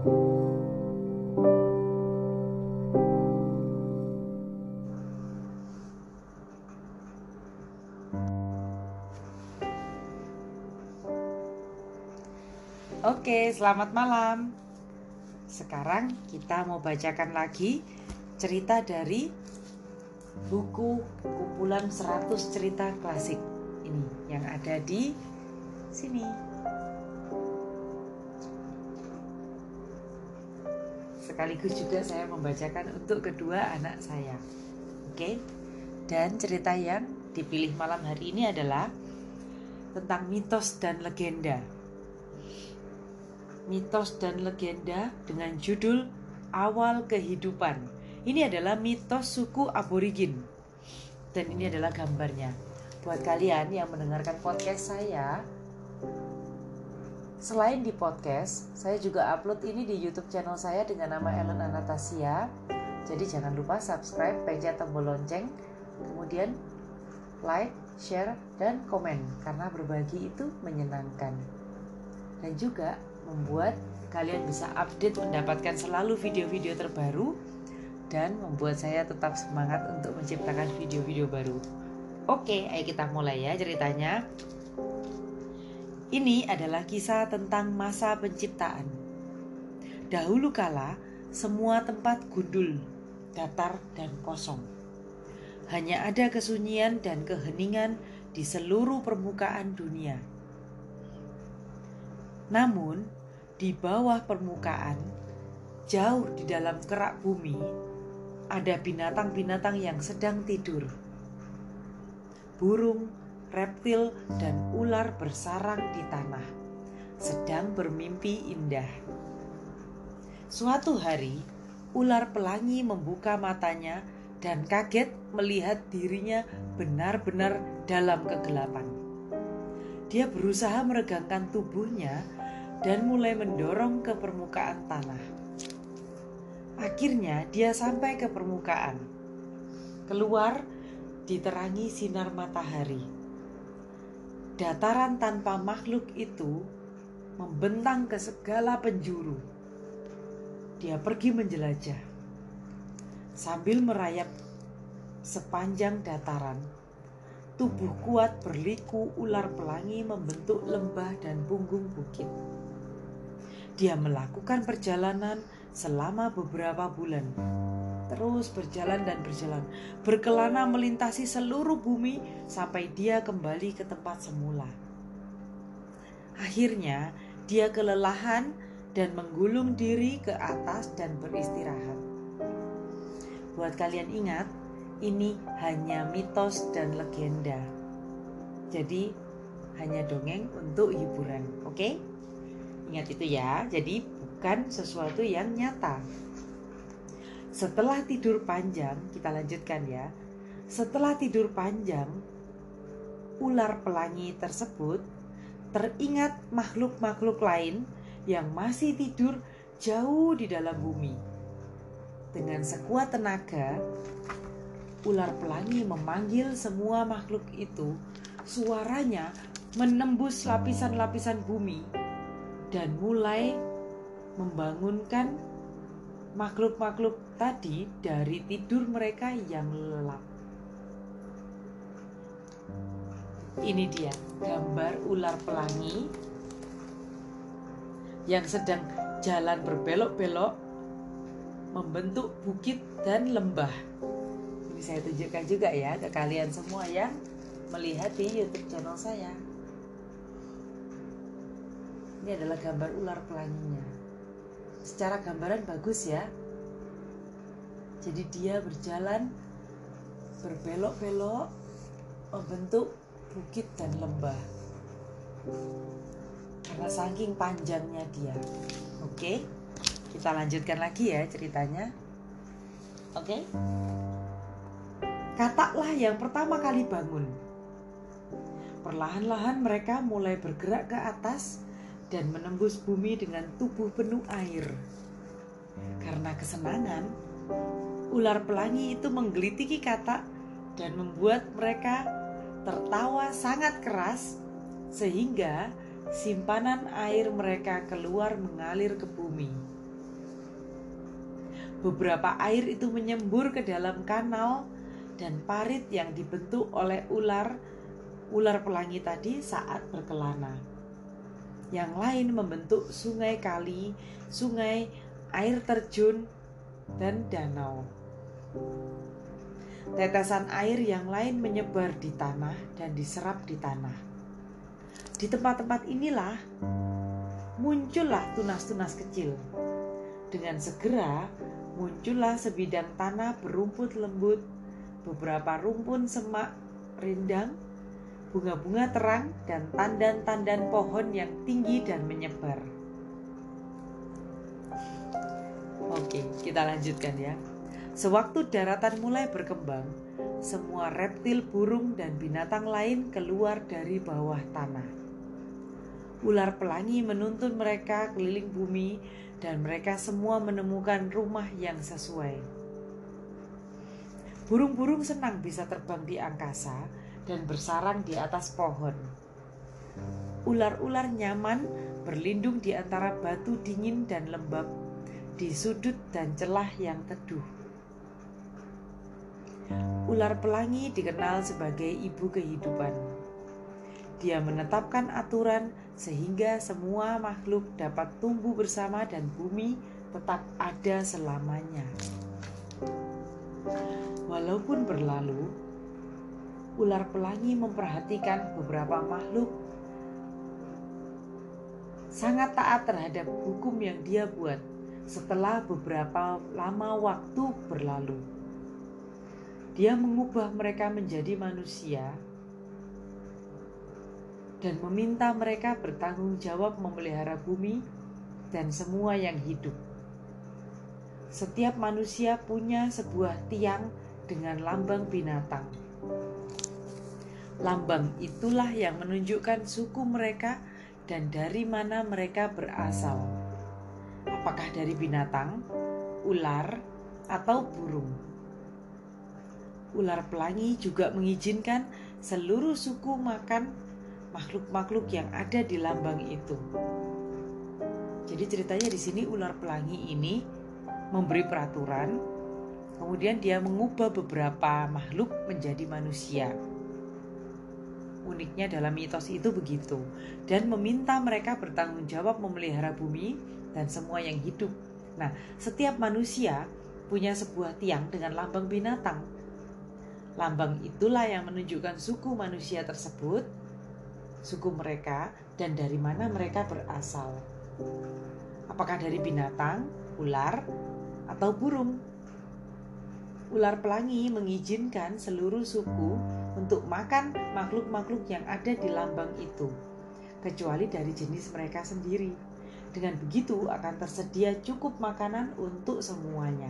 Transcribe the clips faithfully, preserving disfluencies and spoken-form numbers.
Oke, selamat malam. Sekarang kita mau bacakan lagi cerita dari buku kumpulan seratus cerita klasik ini yang ada di sini. Sekaligus juga saya membacakan untuk kedua anak saya. Oke. Dan cerita yang dipilih malam hari ini adalah tentang mitos dan legenda. Mitos dan legenda dengan judul Awal Kehidupan. Ini adalah mitos suku aborigin. Dan ini adalah gambarnya. Buat kalian yang mendengarkan podcast saya, selain di podcast, saya juga upload ini di YouTube channel saya dengan nama Ellen Anastasia. Jadi jangan lupa subscribe, pencet tombol lonceng, kemudian like, share, dan komen. Karena berbagi itu menyenangkan. Dan juga membuat kalian bisa update, mendapatkan selalu video-video terbaru, dan membuat saya tetap semangat untuk menciptakan video-video baru. Oke, ayo kita mulai ya ceritanya. Ini adalah kisah tentang masa penciptaan. Dahulu kala, semua tempat gundul, datar, dan kosong. Hanya ada kesunyian dan keheningan di seluruh permukaan dunia. Namun, di bawah permukaan, jauh di dalam kerak bumi, ada binatang-binatang yang sedang tidur. Burung, reptil, dan ular bersarang di tanah, sedang bermimpi indah. Suatu hari, ular pelangi membuka matanya dan kaget melihat dirinya benar-benar dalam kegelapan. Dia berusaha meregangkan tubuhnya dan mulai mendorong ke permukaan tanah. Akhirnya dia sampai ke permukaan. Keluar diterangi sinar matahari. Dataran tanpa makhluk itu membentang ke segala penjuru. Dia pergi menjelajah. Sambil merayap sepanjang dataran, tubuh kuat berliku ular pelangi membentuk lembah dan punggung bukit. Dia melakukan perjalanan selama beberapa bulan. Terus berjalan dan berjalan, berkelana melintasi seluruh bumi sampai dia kembali ke tempat semula. Akhirnya dia kelelahan dan menggulung diri ke atas dan beristirahat. Buat kalian ingat, ini hanya mitos dan legenda. Jadi hanya dongeng untuk hiburan, oke? Ingat itu ya, jadi bukan sesuatu yang nyata. Setelah tidur panjang, kita lanjutkan ya. Setelah tidur panjang, ular pelangi tersebut teringat makhluk-makhluk lain yang masih tidur jauh di dalam bumi. Dengan sekuat tenaga, ular pelangi memanggil semua makhluk itu. Suaranya menembus lapisan-lapisan bumi dan mulai membangunkan makhluk-makhluk tadi dari tidur mereka yang lelap. Ini dia gambar ular pelangi yang sedang jalan berbelok-belok membentuk bukit dan lembah. Ini saya tunjukkan juga ya ke kalian semua yang melihat di YouTube channel saya. Ini adalah gambar ular pelanginya. Secara gambaran bagus ya. Jadi dia berjalan berbelok-belok membentuk bukit dan lembah. Karena saking panjangnya dia. Oke, kita lanjutkan lagi ya ceritanya. Oke. Kataklah yang pertama kali bangun. Perlahan-lahan mereka mulai bergerak ke atas dan menembus bumi dengan tubuh penuh air. Karena kesenangan, ular pelangi itu menggelitiki katak dan membuat mereka tertawa sangat keras sehingga simpanan air mereka keluar mengalir ke bumi. Beberapa air itu menyembur ke dalam kanal dan parit yang dibentuk oleh ular ular pelangi tadi saat berkelana. Yang lain membentuk sungai kali, sungai, air terjun, dan danau. Tetesan air yang lain menyebar di tanah dan diserap di tanah. Di tempat-tempat inilah muncullah tunas-tunas kecil. Dengan segera muncullah sebidang tanah berumput lembut, beberapa rumpun semak rindang, bunga-bunga terang, dan tandan-tandan pohon yang tinggi dan menyebar. Oke, kita lanjutkan ya. Sewaktu daratan mulai berkembang, semua reptil, burung, dan binatang lain keluar dari bawah tanah. Ular pelangi menuntun mereka keliling bumi, dan mereka semua menemukan rumah yang sesuai. Burung-burung senang bisa terbang di angkasa dan bersarang di atas pohon. Ular-ular nyaman berlindung di antara batu dingin dan lembab, di sudut dan celah yang teduh. Ular pelangi dikenal sebagai ibu kehidupan. Dia menetapkan aturan sehingga semua makhluk dapat tumbuh bersama dan bumi tetap ada selamanya. Walaupun berlalu, ular pelangi memperhatikan beberapa makhluk sangat taat terhadap hukum yang dia buat setelah beberapa lama waktu berlalu. Dia mengubah mereka menjadi manusia dan meminta mereka bertanggung jawab memelihara bumi dan semua yang hidup. Setiap manusia punya sebuah tiang dengan lambang binatang. Lambang itulah yang menunjukkan suku mereka dan dari mana mereka berasal. Apakah dari binatang, ular, atau burung. Ular pelangi juga mengizinkan seluruh suku makan makhluk-makhluk yang ada di lambang itu. Jadi ceritanya di sini ular pelangi ini memberi peraturan, kemudian dia mengubah beberapa makhluk menjadi manusia. Uniknya dalam mitos itu begitu, dan meminta mereka bertanggung jawab memelihara bumi dan semua yang hidup. Nah, setiap manusia punya sebuah tiang dengan lambang binatang. Lambang itulah yang menunjukkan suku manusia tersebut, suku mereka, dan dari mana mereka berasal. Apakah dari binatang, ular, atau burung? Ular pelangi mengizinkan seluruh suku untuk makan makhluk-makhluk yang ada di lambang itu, kecuali dari jenis mereka sendiri. Dengan begitu akan tersedia cukup makanan untuk semuanya.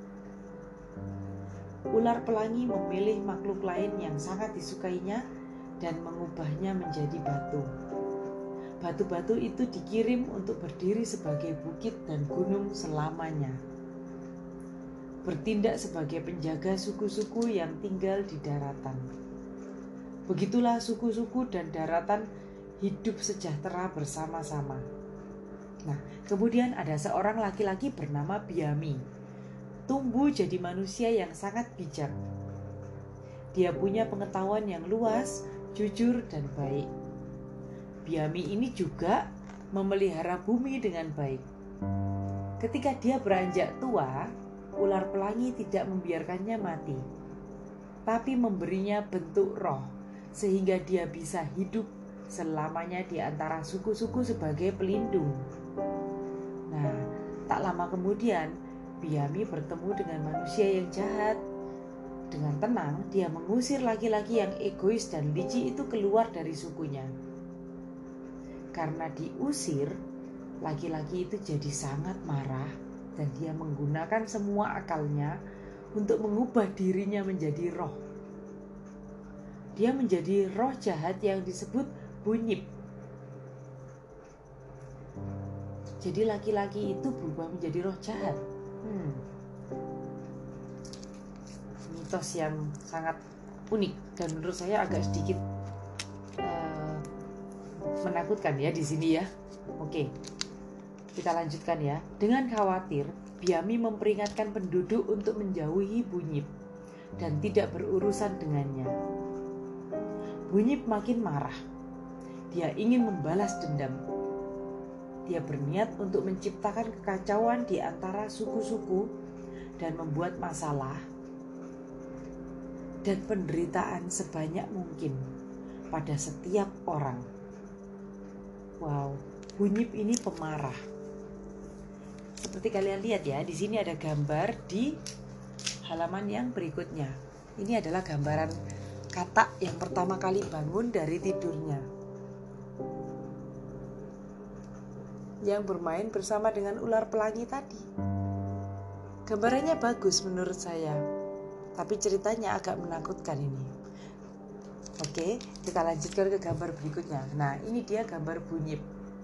Ular pelangi memilih makhluk lain yang sangat disukainya dan mengubahnya menjadi batu. Batu-batu itu dikirim untuk berdiri sebagai bukit dan gunung selamanya. Bertindak sebagai penjaga suku-suku yang tinggal di daratan. Begitulah suku-suku dan daratan hidup sejahtera bersama-sama. Nah, kemudian ada seorang laki-laki bernama Biami. Tumbuh jadi manusia yang sangat bijak. Dia punya pengetahuan yang luas, jujur, dan baik. Biami ini juga memelihara bumi dengan baik. Ketika dia beranjak tua, ular pelangi tidak membiarkannya mati, tapi memberinya bentuk roh, sehingga dia bisa hidup selamanya di antara suku-suku sebagai pelindung. Nah, tak lama kemudian, Biami bertemu dengan manusia yang jahat. Dengan tenang, dia mengusir laki-laki yang egois dan licik itu keluar dari sukunya. Karena diusir, laki-laki itu jadi sangat marah dan dia menggunakan semua akalnya untuk mengubah dirinya menjadi roh. Dia menjadi roh jahat yang disebut Bunyip. Jadi laki-laki itu berubah menjadi roh jahat. Hmm. Mitos yang sangat unik dan menurut saya agak sedikit uh, menakutkan ya di sini ya. Oke, kita lanjutkan ya. Dengan khawatir, Biami memperingatkan penduduk untuk menjauhi Bunyip dan tidak berurusan dengannya. Bunyip makin marah. Dia ingin membalas dendam. Dia berniat untuk menciptakan kekacauan di antara suku-suku dan membuat masalah dan penderitaan sebanyak mungkin pada setiap orang. Wow, Bunyip ini pemarah. Seperti kalian lihat ya, di sini ada gambar di halaman yang berikutnya. Ini adalah gambaran katak yang pertama kali bangun dari tidurnya, yang bermain bersama dengan ular pelangi tadi. Gambarannya bagus menurut saya, tapi ceritanya agak menakutkan ini. Oke, kita lanjutkan ke gambar berikutnya. Nah, ini dia gambar Bunyip.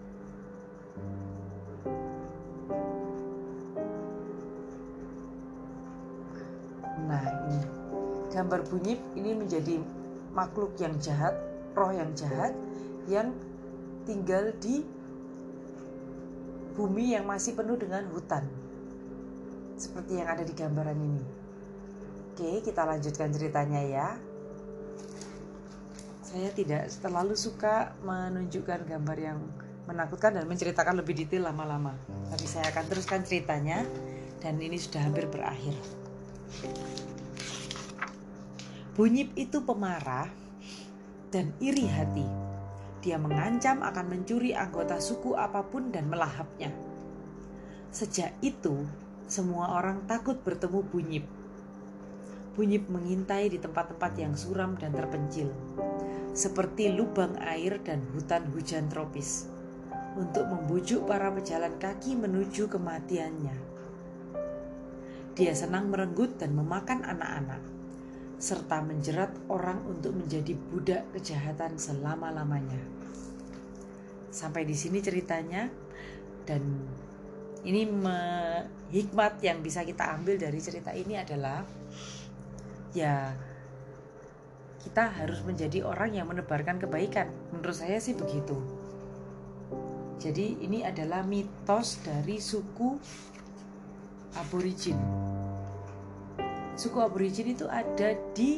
Nah, ini gambar Bunyip ini menjadi makhluk yang jahat, roh yang jahat yang tinggal di bumi yang masih penuh dengan hutan, seperti yang ada di gambaran ini. Oke, kita lanjutkan ceritanya ya. Saya tidak terlalu suka menunjukkan gambar yang menakutkan dan menceritakan lebih detail lama-lama. Tapi saya akan teruskan ceritanya, dan ini sudah hampir berakhir. Bunyip itu pemarah dan iri hati. Dia mengancam akan mencuri anggota suku apapun dan melahapnya. Sejak itu, semua orang takut bertemu Bunyip. Bunyip mengintai di tempat-tempat yang suram dan terpencil, seperti lubang air dan hutan hujan tropis, untuk membujuk para pejalan kaki menuju kematiannya. Dia senang merenggut dan memakan anak-anak, serta menjerat orang untuk menjadi budak kejahatan selama-lamanya. Sampai di sini ceritanya, dan ini me- hikmat yang bisa kita ambil dari cerita ini adalah, ya, kita harus menjadi orang yang menebarkan kebaikan. Menurut saya sih begitu. Jadi ini adalah mitos dari suku Aborigin. Suku Aborigin itu ada di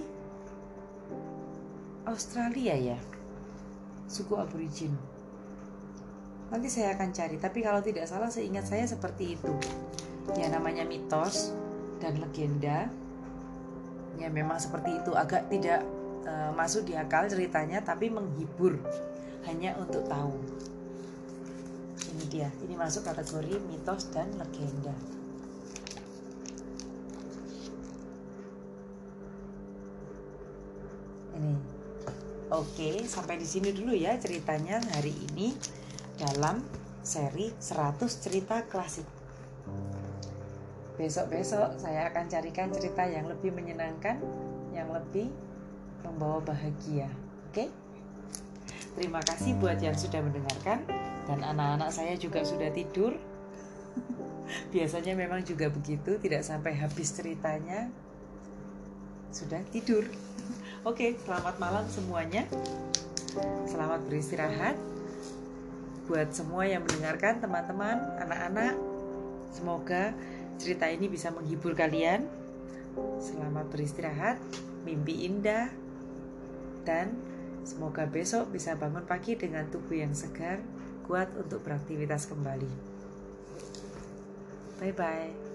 Australia ya. Suku Aborigin. Nanti saya akan cari, tapi kalau tidak salah seingat saya seperti itu. Ya, namanya mitos dan legenda. Ya, memang seperti itu. Agak tidak uh, masuk di akal ceritanya, tapi menghibur, hanya untuk tahu. Ini dia, ini masuk kategori mitos dan legenda. Ini. Oke, sampai di sini dulu ya ceritanya hari ini dalam seri seratus cerita klasik. Besok-besok saya akan carikan cerita yang lebih menyenangkan, yang lebih membawa bahagia. Oke? Terima kasih buat yang sudah mendengarkan, dan anak-anak saya juga sudah tidur. Biasanya memang juga begitu, tidak sampai habis ceritanya sudah tidur. Oke, selamat malam semuanya. Selamat beristirahat. Buat semua yang mendengarkan, teman-teman, anak-anak, semoga cerita ini bisa menghibur kalian. Selamat beristirahat, mimpi indah, dan semoga besok bisa bangun pagi dengan tubuh yang segar, kuat untuk beraktivitas kembali. Bye-bye.